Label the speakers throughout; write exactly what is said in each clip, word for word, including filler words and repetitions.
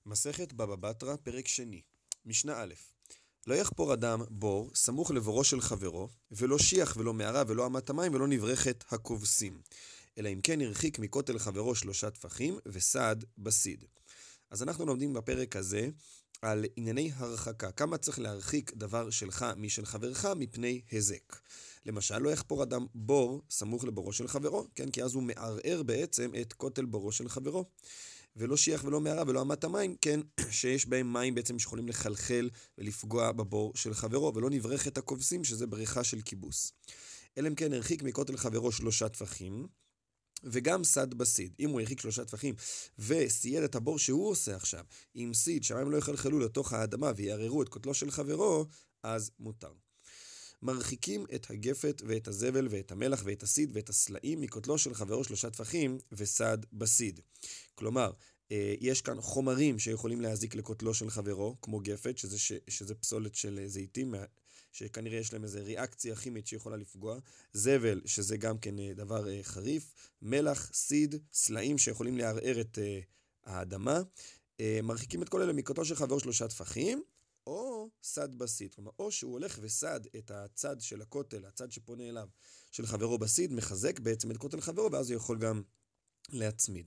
Speaker 1: מסכת בבא בתרא, פרק שני, משנה א'. לא יחפור אדם בור סמוך לבורו של חברו, ולא שיח ולא מערה ולא אמת המים ולא נברכת הכובסים, אלא אם כן הרחיק מכותל חברו שלושה טפחים וסד בסיד. אז אנחנו לומדים בפרק הזה על ענייני הרחקה, כמה צריך להרחיק דבר שלך משל חברך מפני הזק. למשל, לא יחפור אדם בור סמוך לבורו של חברו, כן? כי אז הוא מערער בעצם את כותל בורו של חברו. ולא שיח ולא מערה ולא אמת המים, כן, שיש בהם מים בעצם שיכולים לחלחל ולפגוע בבור של חברו, ולא נברך את הכובסים, שזה בריכה של כיבוס. אלא אם כן הרחיק מכותל חברו שלושה טפחים, וגם סד בסיד. אם הוא הרחיק שלושה טפחים וסייד את הבור שהוא עושה עכשיו, עם סיד שהמים לא יחלחלו לתוך האדמה ויערערו את כותלו של חברו, אז מותר. מרחיקים את הגפת ואת הזבל ואת המלח ואת הסיד ואת הסלעים מכותלו של חברו שלושה טפחים וסד בסיד. כלומר, יש כאן חומרים שיכולים להזיק לכותלו של חברו, כמו גפת, שזה, שזה פסולת של זיתים, שכנראה יש להם איזו ריאקציה כימית שיכולה לפגוע, זבל, שזה גם כן דבר חריף, מלח, סיד, סלעים שיכולים לערער את האדמה. מרחיקים את כל אלה מכותלו של חברו שלושה טפחים, או סד בסיד, כלומר, או שהוא הולך וסד את הצד של הכותל, הצד שפונה אליו של חברו בסיד, מחזק בעצם את כותל חברו, ואז הוא יכול גם להצמיד.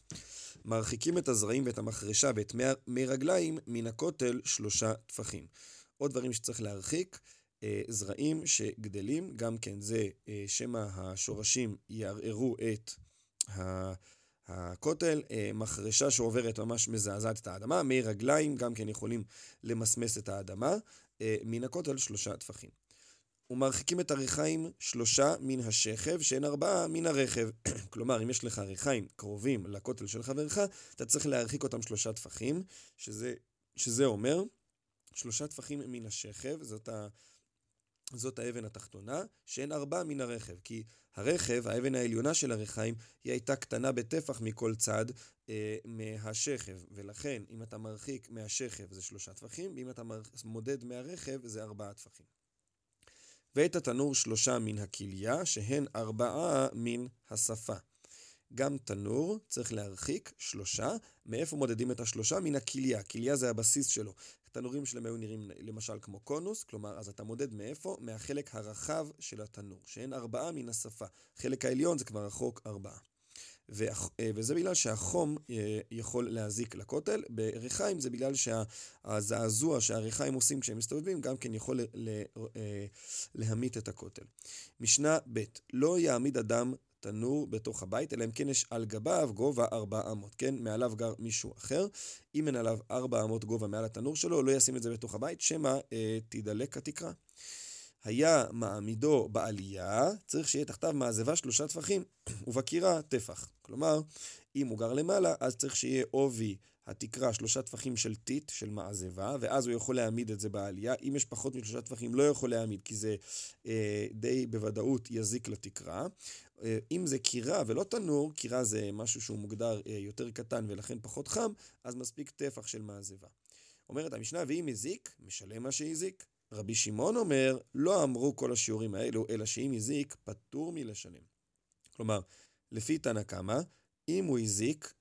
Speaker 1: מרחיקים את הזרעים ואת המחרשה ואת מי רגליים מן הכותל שלושה טפחים. עוד דברים שצריך להרחיק, זרעים שגדלים, גם כן זה שמה השורשים יערערו את ה... הכותל, מחרשה שעוברת ממש מזעזעת את האדמה, מי רגליים גם כן יכולים למסמס את האדמה, מן הכותל שלושה טפחים. ומרחיקים את הריחיים שלושה מן השכב, שהן ארבעה מן הרכב. כלומר, אם יש לך ריחיים קרובים לכותל של חברך, אתה צריך להרחיק אותם שלושה טפחים, שזה, שזה אומר שלושה טפחים מן השכב, זאת ה... זאת האבן התחתונה, שהן ארבע מן הרכב, כי הרכב, האבן העליונה של הריחיים, היא הייתה קטנה בטפח מכל צד אה, מהשכב, ולכן אם אתה מרחיק מהשכב זה שלושה טפחים, ואם אתה מודד מהרכב זה ארבעה טפחים. ואת התנור שלושה מן הכליה, שהן ארבעה מן השפה. גם תנור צריך להרחיק שלושה, מאיפה מודדים את השלושה? מן הכליה, כליה זה הבסיס שלו. תנורים שלהם היו נראים למשל כמו קונוס, כלומר, אז אתה מודד מאיפה? מהחלק הרחב של התנור, שהן ארבעה מן השפה. חלק העליון זה כבר רחוק ארבעה. וזה בגלל שהחום יכול להזיק לכותל, בריחיים זה בגלל שהזעזוע שהריחיים עושים כשהם מסתובבים, גם כן יכול להמית את הכותל. משנה ב' לא יעמיד אדם תנור בתוך הבית, אלא אם כן יש על גביו גובה ארבע אמות, כן? מעליו גר מישהו אחר. אם אין עליו ארבע אמות גובה מעל התנור שלו, לא ישים את זה בתוך הבית, שמה אה, תדלק התקרה. היה מעמידו בעלייה, צריך שיהיה תחתיו מעזבה שלושה טפחים, ובקירה טפח. כלומר, אם הוא גר למעלה, אז צריך שיהיה עובי התקרה שלושה טפחים של טיט, של מעזבה, ואז הוא יכול להעמיד את זה בעלייה. אם יש פחות משלושה טפחים, לא יכול להעמיד, כי זה אה, די בוודאות יזיק לתקרה. אה, אם זה קירה ולא תנור, קירה זה משהו שהוא מוגדר אה, יותר קטן ולכן פחות חם, אז מספיק טפח של מעזבה. אומרת המשנה, ואם הזיק, משלם מה שהזיק. רבי שמעון אומר, לא אמרו כל השיעורים האלו, אלא שאם הזיק, פטור מלשלם. כלומר, לפי תנא קמא, אם הוא הזיק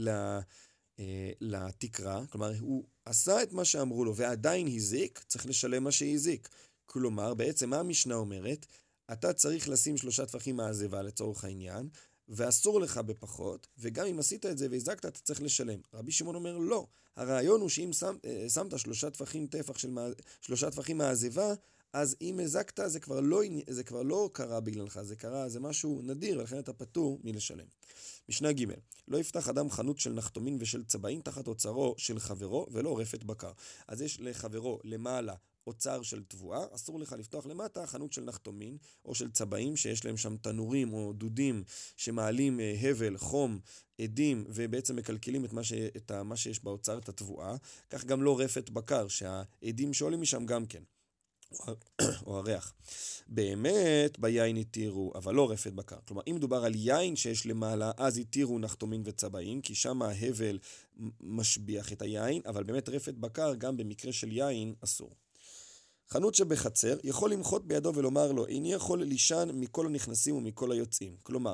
Speaker 1: לתקרה, כלומר, הוא עשה את מה שאמרו לו, ועדיין הזיק, צריך לשלם מה שהזיק. כלומר, בעצם מה המשנה אומרת? אתה צריך לשים שלושה טפחים מעזבה לצורך העניין, ואסור לך בפחות, וגם אם עשית את זה והזקת, אתה צריך לשלם. רבי שמעון אומר, לא. הרעיון הוא שאם שמת, שמת שלושה טפחים טפח של שלושה טפחים מעזבה, אז אם הזקת, זה כבר לא, זה כבר לא קרה בגללך, זה קרה, זה משהו נדיר, ולכן אתה פטור מלשלם. משנה ג' לא יפתח אדם חנות של נחתומין ושל צבעים תחת אוצרו של חברו, ולא רפת בקר. אז יש לחברו למעלה אוצר של תבואה, אסור לך לפתוח למטה חנות של נחתומין או של צבעים שיש להם שם תנורים או דודים שמעלים הבל, חום, עדים ובעצם מקלקלים את מה, ש... את מה שיש באוצר, את התבואה. כך גם לא רפת בקר, שהעדים שעולים משם גם כן. או הריח. באמת ביין התירו, אבל לא רפת בקר. כלומר, אם מדובר על יין שיש למעלה, אז התירו נחתומין וצבעים, כי שם ההבל משביח את היין, אבל באמת רפת בקר גם במקרה של יין אסור. חנות שבחצר יכול למחות בידו ולומר לו, איני יכול לישן מכל הנכנסים ומכל היוצאים. כלומר,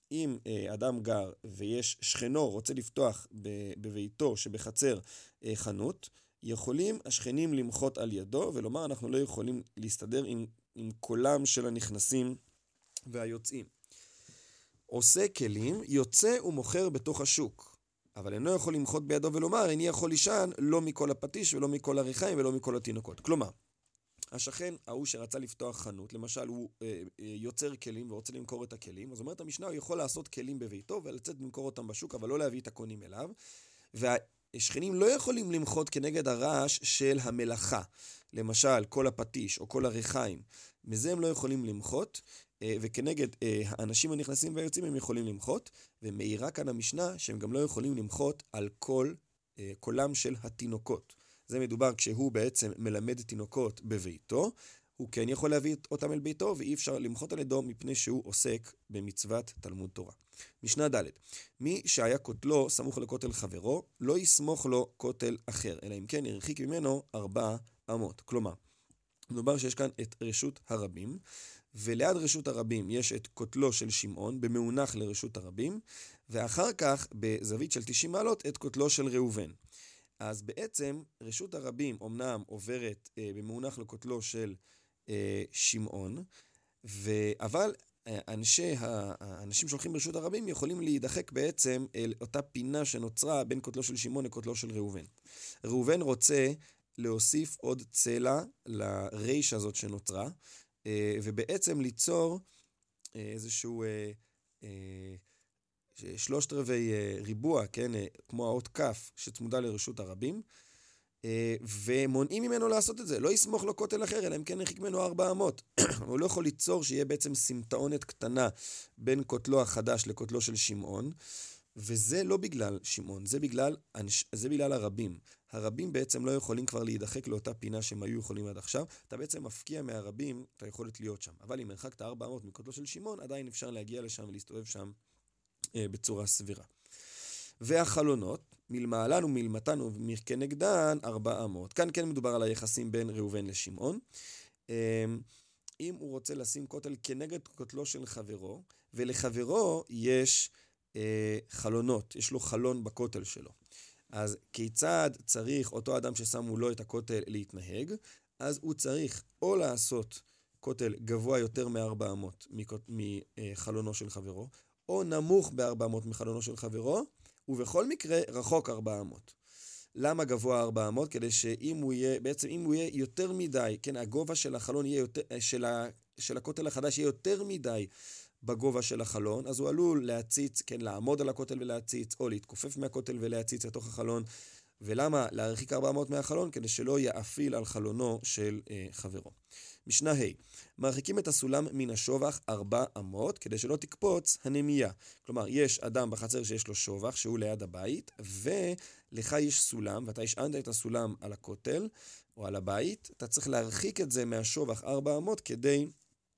Speaker 1: אם אה, אדם גר ויש שכנו רוצה לפתוח בביתו שבחצר אה, חנות, יכולים השכנים למחות על ידו ולומר אנחנו לא יכולים להסתדר עם, עם קולם של הנכנסים והיוצאים. עושה כלים, יוצא ומוכר בתוך השוק, אבל אינו יכול למחות בידו ולומר איני יכול לישן לא מכל הפטיש ולא מכל הריחיים ולא מכל התינוקות. כלומר, השכן ההוא שרצה לפתוח חנות, למשל הוא אה, אה, יוצר כלים ורוצה למכור את הכלים, אז אומרת המשנה, הוא יכול לעשות כלים בביתו ולצאת למכור אותם בשוק, אבל לא להביא את הקונים אליו, והשכנים לא יכולים למחות כנגד הרעש של המלאכה, למשל כל הפטיש או כל הריחיים, מזה הם לא יכולים למחות, אה, וכנגד אה, האנשים הנכנסים והיוצאים הם יכולים למחות, ומעירה כאן המשנה שהם גם לא יכולים למחות על כל אה, קולם של התינוקות. זה מדובר כשהוא בעצם מלמד תינוקות בביתו, הוא כן יכול להביא אותם אל ביתו, ואי אפשר למחות על ידו מפני שהוא עוסק במצוות תלמוד תורה. משנה ד' מי שהיה כותלו סמוך לכותל חברו, לא יסמוך לו כותל אחר, אלא אם כן הרחיק ממנו ארבע אמות. כלומר, מדובר שיש כאן את רשות הרבים, וליד רשות הרבים יש את כותלו של שמעון, במאונח לרשות הרבים, ואחר כך בזווית של תשעים מעלות את כותלו של ראובן. אז בעצם רשות הרבים אומנם עוברת אה, במאונח לכותלו של אה, שמעון, ו... אבל אה, אנשי, האנשים שהולכים ברשות הרבים יכולים להידחק בעצם אל אותה פינה שנוצרה בין כותלו של שמעון לכותלו של ראובן. ראובן רוצה להוסיף עוד צלע לריש הזאת שנוצרה, אה, ובעצם ליצור אה, איזשהו... אה, אה, שלושת רבעי ריבוע, כן, כמו האות כף שצמודה לרשות הרבים, ומונעים ממנו לעשות את זה. לא יסמוך לו כותל אחר, אלא אם כן הרחיק ממנו ארבע אמות. הוא לא יכול ליצור שיהיה בעצם סמטאונת קטנה בין כותלו החדש לכותלו של שמעון, וזה לא בגלל שמעון, זה בגלל, זה בגלל הרבים. הרבים בעצם לא יכולים כבר להידחק לאותה פינה שהם היו יכולים עד עכשיו. אתה בעצם מפקיע מהרבים את היכולת להיות שם. אבל אם הרחקת ארבע אמות מכותלו של שמעון, עדיין אפשר להגיע לשם ולהסתובב שם בצורה סבירה. והחלונות, מלמעלן ומלמתן ומכנגדן ארבע אמות. כאן כן מדובר על היחסים בין ראובן לשמעון. אם הוא רוצה לשים כותל כנגד כותלו של חברו, ולחברו יש אה, חלונות, יש לו חלון בכותל שלו. אז כיצד צריך אותו אדם ששמו לו את הכותל להתנהג? אז הוא צריך או לעשות כותל גבוה יותר מארבע אמות מחלונו של חברו, או נמוך בארבע אמות מחלונו של חברו, ובכל מקרה רחוק ארבע אמות. למה גבוה ארבע אמות? כדי שאם הוא יהיה, בעצם אם הוא יהיה יותר מדי, כן, הגובה של החלון יהיה יותר, של, ה, של הכותל החדש יהיה יותר מדי בגובה של החלון, אז הוא עלול להציץ, כן, לעמוד על הכותל ולהציץ, או להתכופף מהכותל ולהציץ לתוך החלון. ולמה להרחיק ארבע אמות מהחלון? כדי שלא יאפיל על חלונו של אה, חברו. משנה ה' מרחיקים את הסולם מן השובח ארבע אמות, כדי שלא תקפוץ הנמייה. כלומר, יש אדם בחצר שיש לו שובח, שהוא ליד הבית, ולך יש סולם, ואתה השענת את הסולם על הכותל, או על הבית, אתה צריך להרחיק את זה מהשובח ארבע אמות, כדי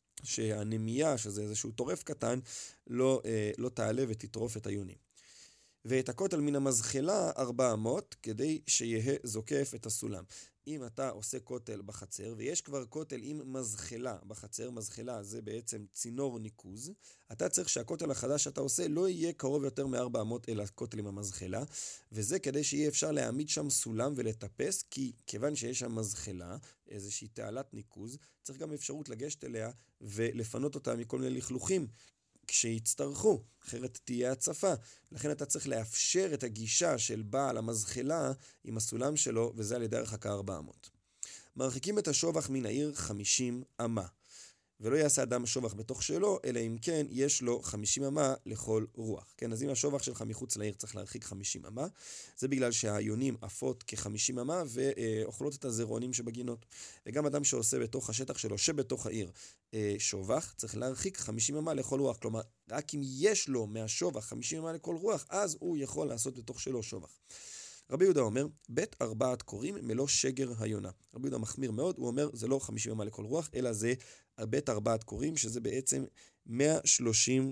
Speaker 1: שהנמייה, שזה איזשהו טורף קטן, לא, אה, לא תעלה ותטרוף את היונים. ואת הכותל מן המזחלה ארבע אמות, כדי שיהיה זוקף את הסולם. אם אתה עושה כותל בחצר, ויש כבר כותל עם מזחלה בחצר, מזחלה זה בעצם צינור ניקוז, אתה צריך שהכותל החדש שאתה עושה לא יהיה קרוב יותר מארבע אמות אל הכותל עם המזחלה, וזה כדי שיהיה אפשר להעמיד שם סולם ולטפס, כי כיוון שיש שם מזחלה, איזושהי תעלת ניקוז, צריך גם אפשרות לגשת אליה ולפנות אותה מכל מיני לכלוכים, כשיצטרכו, אחרת תהיה הצפה. לכן אתה צריך לאפשר את הגישה של בעל המזחלה עם הסולם שלו, וזה על ידי הרחקה ארבע אמות. מרחיקים את השובח מן העיר חמישים אמה. ולא יעשה אדם שובח בתוך שלו, אלא אם כן יש לו חמישים אמה לכל רוח. כן, אז אם השובח שלך מחוץ לעיר צריך להרחיק חמישים אמה, זה בגלל שהיונים עפות כ-חמישים אמה ואוכלות את הזרעונים שבגינות. וגם אדם שעושה בתוך השטח שלו, שבתוך העיר שובח, צריך להרחיק חמישים אמה לכל רוח. כלומר, רק אם יש לו מהשובח חמישים אמה לכל רוח, אז הוא יכול לעשות בתוך שלו שובח. רבי יהודה אומר, בית ארבעת קוראים מלוא שגר היונה. רבי יהודה מחמיר מאוד, הוא אומר, זה לא חמישים אמה לכל רוח, אלא זה בית ארבעת קוראים, שזה בעצם מאה שלושים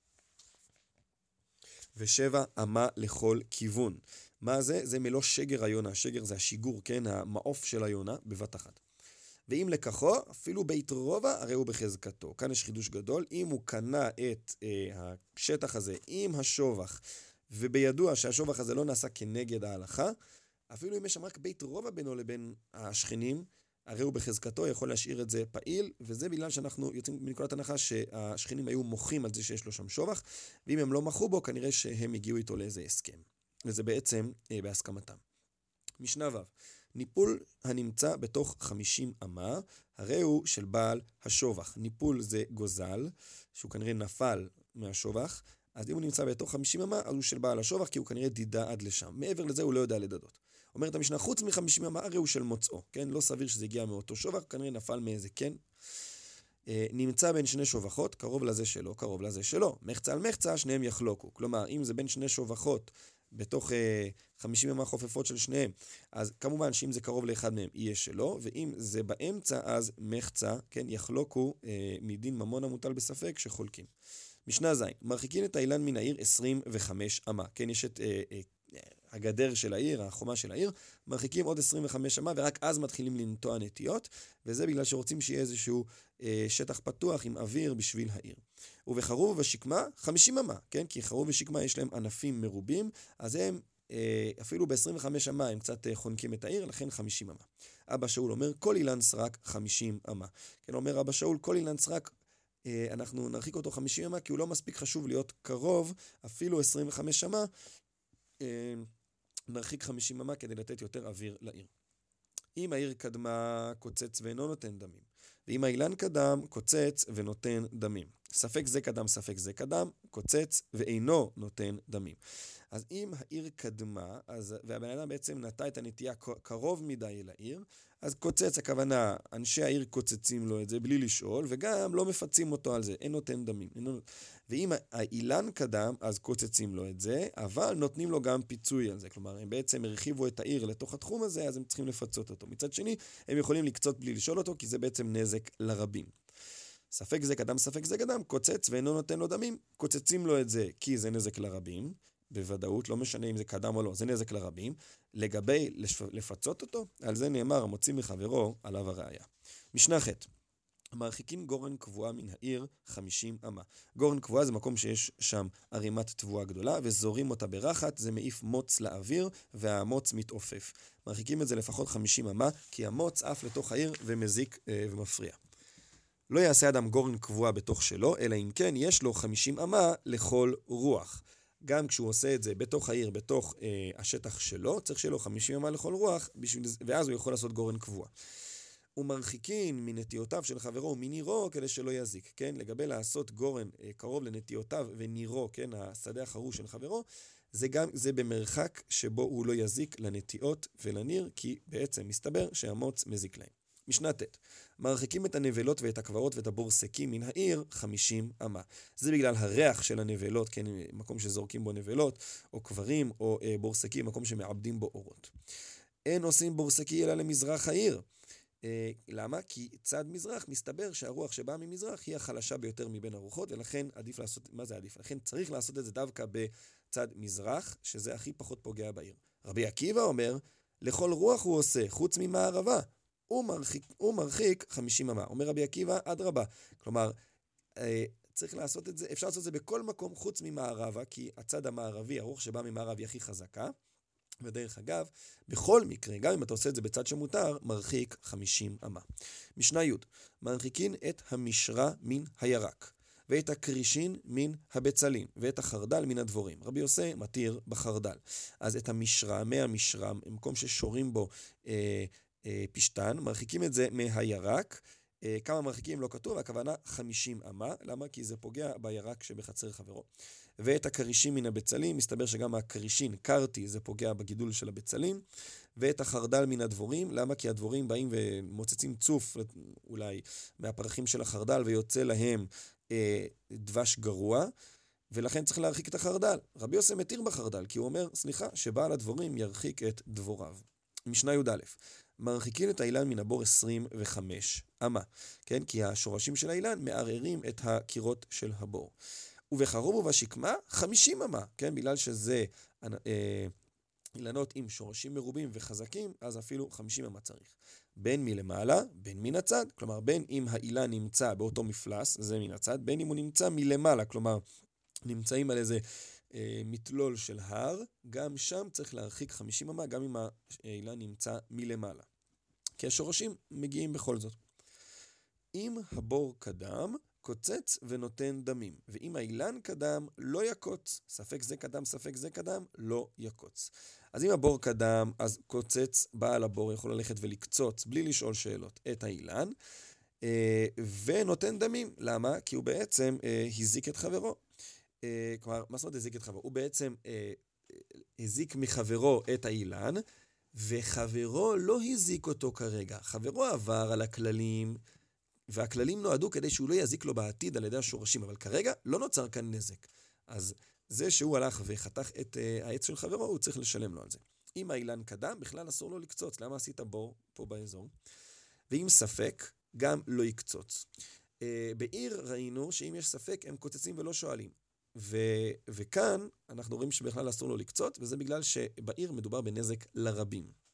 Speaker 1: ושבע אמה לכל כיוון. מה זה? זה מלוא שגר היונה. שגר זה השיגור, כן? המעוף של היונה בבת אחת. ואם לקחו, אפילו בית רובע, הרי הוא בחזקתו. כאן יש חידוש גדול, אם הוא קנה את אה, השטח הזה עם השובח, ובידוע שהשובח הזה לא נעשה כנגד ההלכה, אפילו אם יש שם רק בית רובע בינו לבין השכנים, הרי הוא בחזקתו, יכול להשאיר את זה פעיל, וזה בגלל שאנחנו יוצאים מנקודת הנחה שהשכנים היו מוחים על זה שיש לו שם שובח, ואם הם לא מחו בו, כנראה שהם הגיעו איתו לאיזה הסכם. וזה בעצם אה, בהסכמתם. משנה ו' ניפול הנמצא בתוך חמישים אמה, הרי הוא של בעל השובח. ניפול זה גוזל, שהוא כנראה נפל מהשובח, אז אם הוא נמצא בתוך חמישים אמה, אז הוא של בעל השובח, כי הוא כנראה דידה עד לשם. מעבר לזה הוא לא יודע לדדות. אומרת המשנה, חוץ מ-חמישים אמה, הרי הוא של מוצאו. כן? לא סביר שזה הגיע מאותו שובח, כנראה נפל מאיזה כן. אה, נמצא בין שני שובחות, קרוב לזה שלו, קרוב לזה שלו. מחצה על מחצה, שניהם יחלוקו. כלומר, אם זה בין שני שובחות, בתוך אה, חמישים אמה חופפות של שניהם, אז כמובן שאם זה קרוב לאחד מהם, יהיה שלו, ואם זה באמצע, אז מחצה, כן, יחלוקו אה, מדין ממון המוטל בספק שחולקים. משנה ז' מרחיקים את האילן מן העיר עשרים וחמש אמה. כן, יש את אה, אה, הגדר של העיר, החומה של העיר, מרחיקים עוד עשרים וחמש אמה, ורק אז מתחילים לנטוע נטיות, וזה בגלל שרוצים שיהיה איזשהו אה, שטח פתוח עם אוויר בשביל העיר. ובחרוב ובשקמה, חמישים אמה, כן? כי חרוב ושקמה יש להם ענפים מרובים, אז הם אה, אפילו ב-עשרים וחמש אמה הם קצת אה, חונקים את העיר, לכן חמישים אמה. אבא שאול אומר, כל אילן סרק חמישים אמה. כן, אומר אבא שאול, כל אילן סרק, אה, אנחנו נרחיק אותו חמישים אמה, כי הוא לא מספיק חשוב להיות קרוב, אפילו עשרים וחמש אמה, אה, נרחיק חמישים אמה כדי לתת יותר אוויר לעיר. אם העיר קדמה, קוצץ ואינו נותן דמים. ואם האילן קדם, קוצץ ונותן דמים. ספק זה קדם, ספק זה קדם, קוצץ ואינו נותן דמים. אז אם העיר קדמה, אז, והבן אדם בעצם נטע את הנטייה קרוב מדי אל העיר, אז קוצץ, הכוונה, אנשי העיר קוצצים לו את זה בלי לשאול, וגם לא מפצים אותו על זה, אין נותן דמים. אין... ואם האילן קדם, אז קוצצים לו את זה, אבל נותנים לו גם פיצוי על זה. כלומר, הם בעצם הרחיבו את העיר לתוך התחום הזה, אז הם צריכים לפצות אותו. מצד שני, הם יכולים לקצות בלי לשאול אותו, כי זה בעצם נזק לרבים. ספק זה קדם, ספק זה קדם, קוצץ ואינו נותן לו דמים, קוצצים לו את זה כי זה נזק לרבים, בוודאות, לא משנה אם זה קדם או לא, זה נזק לרבים. לגבי לפצות אותו, על זה נאמר, המוציא מחברו עליו הראיה. משנה ח' מרחיקים גורן קבועה מן העיר חמישים אמה. גורן קבועה זה מקום שיש שם ערימת תבואה גדולה, וזורים אותה ברחת, זה מעיף מוץ לאוויר, והמוץ מתעופף. מרחיקים את זה לפחות חמישים אמה, כי המוץ עף לתוך העיר ומזיק אה, ומפריע. לא יעשה אדם גורן קבועה בתוך שלו, אלא אם כן יש לו חמישים אמה לכל רוח. גם כשהוא עושה את זה בתוך העיר, בתוך אה, השטח שלו, צריך שיהיה לו חמישים אמה לכל רוח, בשביל, ואז הוא יכול לעשות גורן קבועה. ומרחיקין מנטיותיו של חברו מנירו כדי שלא יזיק, כן? לגבי לעשות גורן אה, קרוב לנטיותיו ונירו, כן? השדה החרוש של חברו, זה גם, זה במרחק שבו הוא לא יזיק לנטיות ולניר, כי בעצם מסתבר שהמוץ מזיק להם. משנה ט' מרחיקים את הנבלות ואת הקברות ואת הבורסקים מן העיר חמישים אמה. זה בגלל הריח של הנבלות, כן, מקום שזורקים בו נבלות, או קברים, או אה, בורסקים, מקום שמעבדים בו אורות. אין עושים בורסקי אלא למזרח העיר. אה, למה? כי צד מזרח מסתבר שהרוח שבאה ממזרח היא החלשה ביותר מבין הרוחות, ולכן עדיף לעשות, מה זה עדיף? לכן צריך לעשות את זה דווקא בצד מזרח, שזה הכי פחות פוגע בעיר. רבי עקיבא אומר, לכל רוח הוא עושה, חוץ ממערבה. הוא מרחיק, הוא מרחיק חמישים אמה. אומר רבי עקיבא, עד רבה. כלומר, אה, צריך לעשות את זה, אפשר לעשות את זה בכל מקום חוץ ממערבה, כי הצד המערבי, הרוח שבא ממערב היא הכי חזקה. ודרך אגב, בכל מקרה, גם אם אתה עושה את זה בצד שמותר, מרחיק חמישים אמה. משנה י' מרחיקין את המשרה מן הירק, ואת הקרישין מן הבצלים, ואת החרדל מן הדבורים. רבי יוסי מתיר בחרדל. אז את המשרה, מהמשרה, במקום ששורים בו אה, פשטן, מרחיקים את זה מהירק. כמה מרחיקים לא כתוב, הכוונה חמישים אמה. למה? כי זה פוגע בירק שבחצר חברו. ואת הקרישים מן הבצלים, מסתבר שגם הקרישין, קרתי, זה פוגע בגידול של הבצלים. ואת החרדל מן הדבורים, למה? כי הדבורים באים ומוצצים צוף, אולי מהפרחים של החרדל, ויוצא להם אה, דבש גרוע, ולכן צריך להרחיק את החרדל. רבי יוסי מתיר בחרדל, כי הוא אומר, סליחה, שבעל הדבורים ירחיק את דבוריו. משנה י"א מרחיקין את האילן מן הבור עשרים וחמש אמה, כן? כי השורשים של האילן מערערים את הקירות של הבור. ובחרוב ובשקמה חמישים אמה, כן? בגלל שזה אה, אילנות עם שורשים מרובים וחזקים, אז אפילו חמישים אמה צריך. בין מלמעלה, בין מן הצד, כלומר בין אם האילן נמצא באותו מפלס, זה מן הצד, בין אם הוא נמצא מלמעלה, כלומר נמצאים על איזה אה, מתלול של הר, גם שם צריך להרחיק חמישים אמה, גם אם האילן נמצא מלמעלה. כי השורשים מגיעים בכל זאת. אם הבור קדם, קוצץ ונותן דמים, ואם האילן קדם, לא יקוץ. ספק זה קדם, ספק זה קדם, לא יקוץ. אז אם הבור קדם, אז קוצץ, בעל הבור יכול ללכת ולקצוץ, בלי לשאול שאלות, את האילן, ונותן דמים. למה? כי הוא בעצם הזיק את חברו. כלומר, מה זאת אומרת הזיק את חברו? הוא בעצם הזיק מחברו את האילן, וחברו לא הזיק אותו כרגע. חברו עבר על הכללים, והכללים נועדו כדי שהוא לא יזיק לו בעתיד על ידי השורשים, אבל כרגע לא נוצר כאן נזק. אז זה שהוא הלך וחתך את uh, העץ של חברו, הוא צריך לשלם לו על זה. אם האילן קדם, בכלל אסור לו לקצוץ. למה עשית בור פה באזור? ואם ספק, גם לא יקצוץ. Uh, בעיר ראינו שאם יש ספק, הם קוצצים ולא שואלים. ו- וכאן אנחנו רואים שבכלל אסור לו לקצוץ, וזה בגלל שבעיר מדובר בנזק לרבים.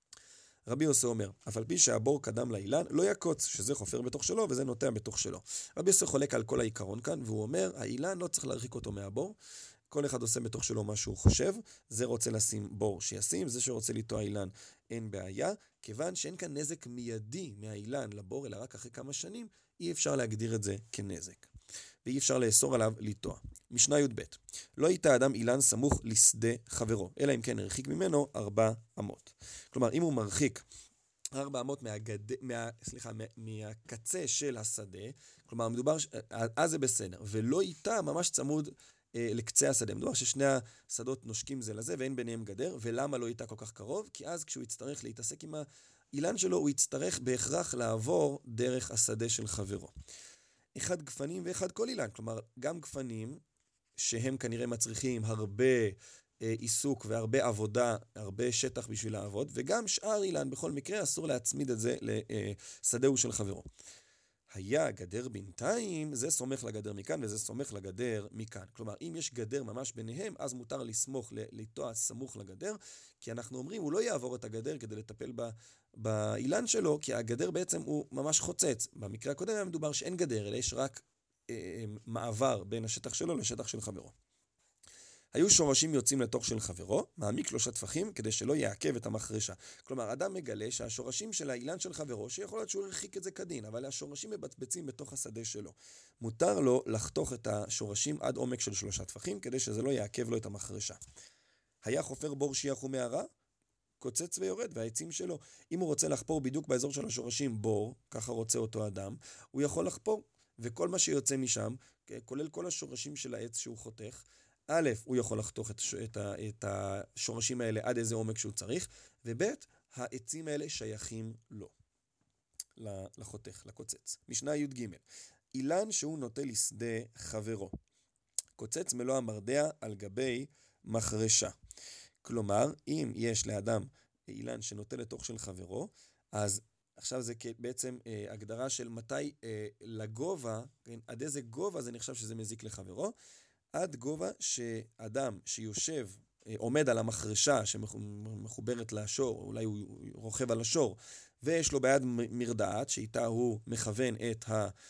Speaker 1: רבי יוסי אומר, אף על פי שהבור קדם לאילן, לא יקוץ, שזה חופר בתוך שלו וזה נוטע בתוך שלו. רבי יוסי חולק על כל העיקרון כאן, והוא אומר, האילן לא צריך להרחיק אותו מהבור, כל אחד עושה בתוך שלו מה שהוא חושב, זה רוצה לשים בור שישים, זה שרוצה לטוע אילן אין בעיה, כיוון שאין כאן נזק מיידי מהאילן לבור, אלא רק אחרי כמה שנים, אי אפשר להגדיר את זה כנזק. ואי אפשר לאסור עליו לטוע. משנה י' ב' לא הייתה אדם אילן סמוך לשדה חברו, אלא אם כן הרחיק ממנו ארבע אמות. כלומר, אם הוא מרחיק ארבע אמות מהגד... מה... סליחה, מה... מהקצה של השדה, כלומר, מדובר, אז זה בסדר, ולא הייתה ממש צמוד אה, לקצה השדה. מדובר ששני השדות נושקים זה לזה, ואין ביניהם גדר, ולמה לא הייתה כל כך קרוב? כי אז כשהוא יצטרך להתעסק עם האילן שלו, הוא יצטרך בהכרח לעבור דרך השדה של חברו. אחד גפנים ואחד כל אילן, כלומר גם גפנים שהם כנראה מצריכים הרבה אה, עיסוק והרבה עבודה, הרבה שטח בשביל לעבוד, וגם שאר אילן בכל מקרה אסור להצמיד את זה לשדהו של חברו. היה גדר בינתיים, זה סומך לגדר מכאן וזה סומך לגדר מכאן. כלומר, אם יש גדר ממש ביניהם, אז מותר לסמוך, לטוע סמוך לגדר, כי אנחנו אומרים, הוא לא יעבור את הגדר כדי לטפל ב, באילן שלו, כי הגדר בעצם הוא ממש חוצץ. במקרה הקודם היה מדובר שאין גדר, אלא יש רק אה, מעבר בין השטח שלו לשטח של חברו. היו שורשים יוצאים לתוך של חברו, מעמיק שלושה טפחים כדי שלא יעכב את המחרשה. כלומר, אדם מגלה שהשורשים של האילן של חברו, שיכול להיות שהוא הרחיק את זה כדין, אבל השורשים מבצבצים בתוך השדה שלו. מותר לו לחתוך את השורשים עד עומק של שלושה טפחים, כדי שזה לא יעכב לו את המחרשה. היה חופר בור שיח ומערה, קוצץ ויורד, והעצים שלו, אם הוא רוצה לחפור בדיוק באזור של השורשים בור, ככה רוצה אותו אדם, הוא יכול לחפור, וכל מה שיוצא משם, כולל כל השורשים של העץ שהוא חותך, א', הוא יכול לחתוך את, את, את השורשים האלה עד איזה עומק שהוא צריך, וב', העצים האלה שייכים לו, לחותך, לקוצץ. משנה י' ג' אילן שהוא נוטה לשדה חברו, קוצץ מלוא המרדע על גבי מחרשה. כלומר, אם יש לאדם אילן שנוטה לתוך של חברו, אז עכשיו זה בעצם אה, הגדרה של מתי אה, לגובה, כן, עד איזה גובה זה נחשב שזה מזיק לחברו, עד גובה שאדם שיושב, עומד על המחרשה שמחוברת לשור, אולי הוא רוכב על השור, ויש לו ביד מרדעת שאיתה הוא מכוון את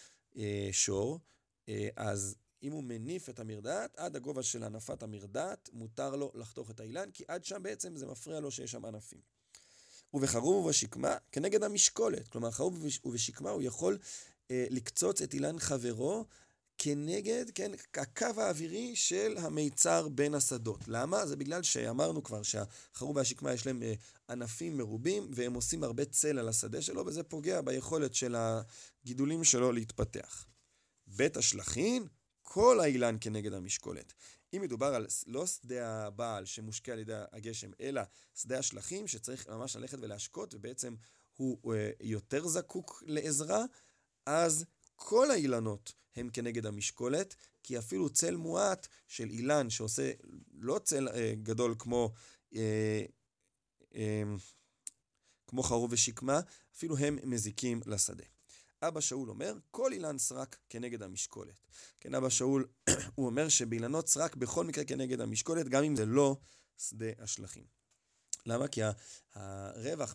Speaker 1: השור, אז אם הוא מניף את המרדעת, עד הגובה של ענפת המרדעת, מותר לו לחתוך את האילן, כי עד שם בעצם זה מפריע לו שיש שם ענפים. ובחרוב ובשקמה, כנגד המשקולת, כלומר חרוב ובשקמה הוא יכול אה, לקצוץ את אילן חברו, כנגד, כן, הקו האווירי של המיצר בין השדות. למה? זה בגלל שאמרנו כבר שהחרוב והשקמה יש להם ענפים מרובים, והם עושים הרבה צל על השדה שלו, וזה פוגע ביכולת של הגידולים שלו להתפתח. בית השלחין, כל האילן כנגד המשקולת. אם מדובר על לא שדה הבעל שמושקע על ידי הגשם, אלא שדה השלחים שצריך ממש ללכת ולהשקות, ובעצם הוא יותר זקוק לעזרה, אז כל האילנות הם כנגד המשקולת, כי אפילו צל מועט של אילן שעושה לא צל אה, גדול כמו, אה, אה, כמו חרוב ושקמה, אפילו הם מזיקים לשדה. אבא שאול אומר, כל אילן סרק כנגד המשקולת. כן, אבא שאול, הוא אומר שבאילנות סרק בכל מקרה כנגד המשקולת, גם אם זה לא שדה השלחים. למה? כי הרווח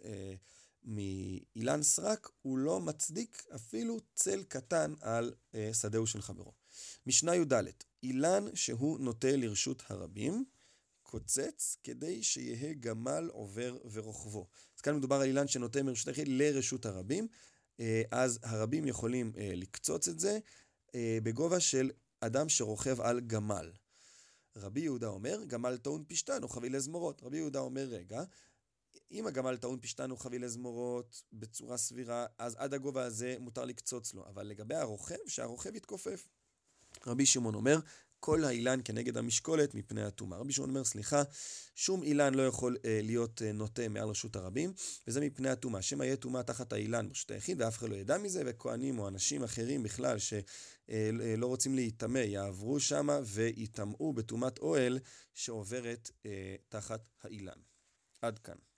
Speaker 1: מאילן סרק הוא לא מצדיק אפילו צל קטן על שדהו של חברו. משנה י"ד, אילן שהוא נוטה לרשות הרבים, קוצץ כדי שיהיה גמל עובר ורוכבו. אז כאן מדובר על אילן שנוטה מרשות היחיד לרשות הרבים, אז הרבים יכולים לקצוץ את זה בגובה של אדם שרוכב על גמל. רבי יהודה אומר, גמל טעון פשטן או חבילי זמורות. רבי יהודה אומר, רגע, אם הגמל טעון פשטן או חבילי זמורות בצורה סבירה, אז עד הגובה הזה מותר לקצוץ לו. אבל לגבי הרוכב, שהרוכב יתכופף. רבי שמעון אומר, כל האילן כנגד המשקולת מפני הטומאה. רבי שמעון אומר, סליחה, שום אילן לא יכול אה, להיות אה, נוטה מעל רשות הרבים, וזה מפני הטומאה. שמא יהיה טומאה תחת האילן ברשות היחיד, ואף אחד לא ידע מזה, וכהנים או אנשים אחרים בכלל שלא אה, לא רוצים להיטמא, יעברו שמה ויטמאו בטומאת אוהל שעוברת אה, תחת האילן. עד כאן.